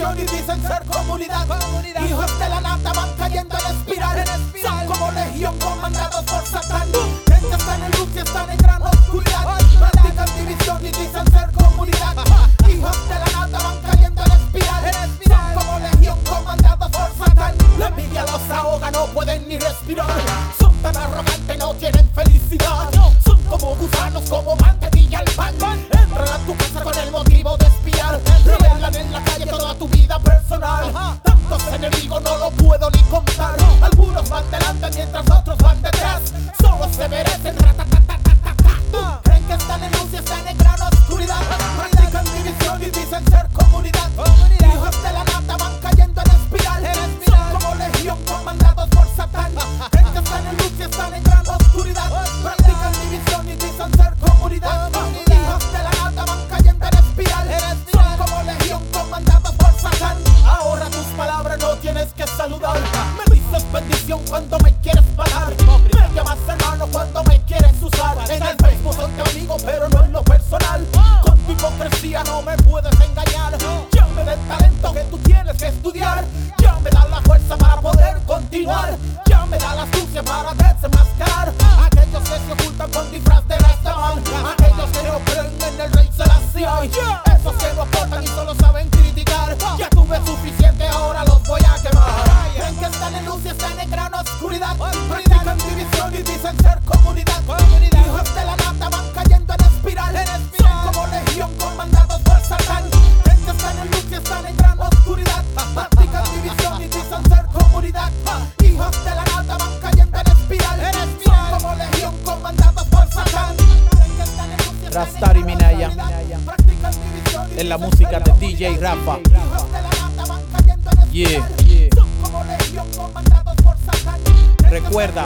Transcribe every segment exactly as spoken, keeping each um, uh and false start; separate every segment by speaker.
Speaker 1: división y dicen ser comunidad. Hijos de la nata van cayendo en espiral. Son como legión comandados por Satán. Creen que están en luz y están en gran oscuridad. Practican división y dicen ser comunidad. Hijos de la nata van cayendo en espiral. Son como legión comandados por Satán. La envidia los ahoga, no pueden ni respirar. Son tan arrogantes, no tienen felicidad. Son como gusanos, como mantequilla al pan. Entran a tu casa con el motivo de espiar. Revelan en la calle toda tu vida personal. Tantos enemigos no lo puedo ni contar. Algunos van delante mientras otros van detrás. Solo se merecen ratatatatata. Creen que están en luz y están en gran oscuridad. Practican división y dicen ser comunidad. Hijos de la nata van cayendo en espiral. Son como legión comandados por Satán. Creen que están en luz y están en gran oscuridad. Practican división y dicen ser comunidad. Hijos de la nata van cayendo en espiral. Son como legión comandados por Satán. Ahora tus palabras no tienes que saludar. Me dices bendición cuando me quieres parar. Me llamas hermano cuando me quieres usar. En el Facebook soy tu amigo pero no en lo personal. Con tu hipocresía no me puedes engañar. Ya me da el talento que tú tienes que estudiar. Ya me da la fuerza para poder continuar. Ya me da la astucia para desenmascarar aquellos que se ocultan con disfraz de Rastaman. Aquellos que no creen en el rey Selassie. Esos que no aportan y solo saben criticar. Ya tuve suficiente, ahora los voy a quemar. Creen que están en luz y están en gran oscuridad. Practican división y dicen ser comunidad. Hijos de la nata van cayendo en espiral. Son como legión comandados por Satán. Creen que están en luz y están en gran oscuridad. Practican división y dicen ser comunidad. Hijos de la nata van cayendo en espiral. Son como legión comandados por Satán.
Speaker 2: Rastari Minaya en la música de D J Rafa. Yeah. Recuerda,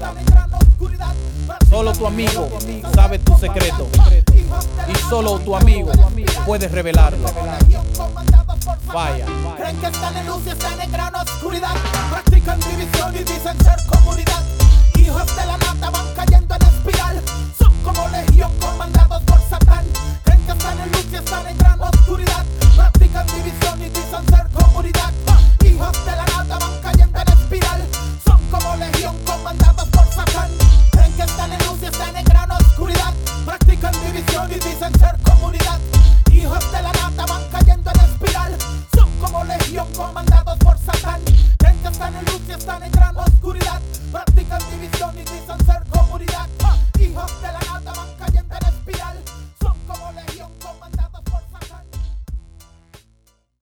Speaker 2: solo tu amigo sabe tu secreto y solo tu amigo puede revelarlo. Vaya.
Speaker 1: Creen que están en luz y están en gran oscuridad. Practican división y dicen ser comunidad. Hijos de la nata van cayendo en espiral. Son como legión comandados por Satán. Creen que están en luz y están en gran oscuridad. Practican división y dicen ser comunidad. Hijos de la nata van cayendo en espiral. Son como legión comandados por Satán. Creen que están en luz y están en gran oscuridad. Practican división y dicen ser comunidad. Hijos de la nata van cayendo en espiral. Son como legión comandados por Satán. Creen que están en luz y están en gran oscuridad.